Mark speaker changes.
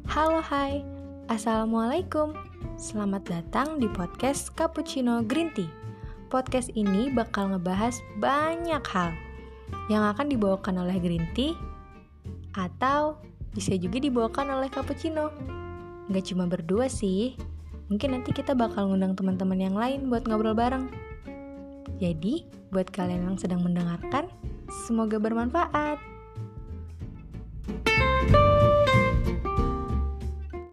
Speaker 1: Halo hai, Assalamualaikum. Selamat datang di podcast Cappuccino Green Tea. Podcast ini bakal ngebahas banyak hal yang akan dibawakan oleh Green Tea atau bisa juga dibawakan oleh Cappuccino. Gak cuma berdua sih, mungkin nanti kita bakal ngundang teman-teman yang lain buat ngobrol bareng. Jadi, buat kalian yang sedang mendengarkan, semoga bermanfaat.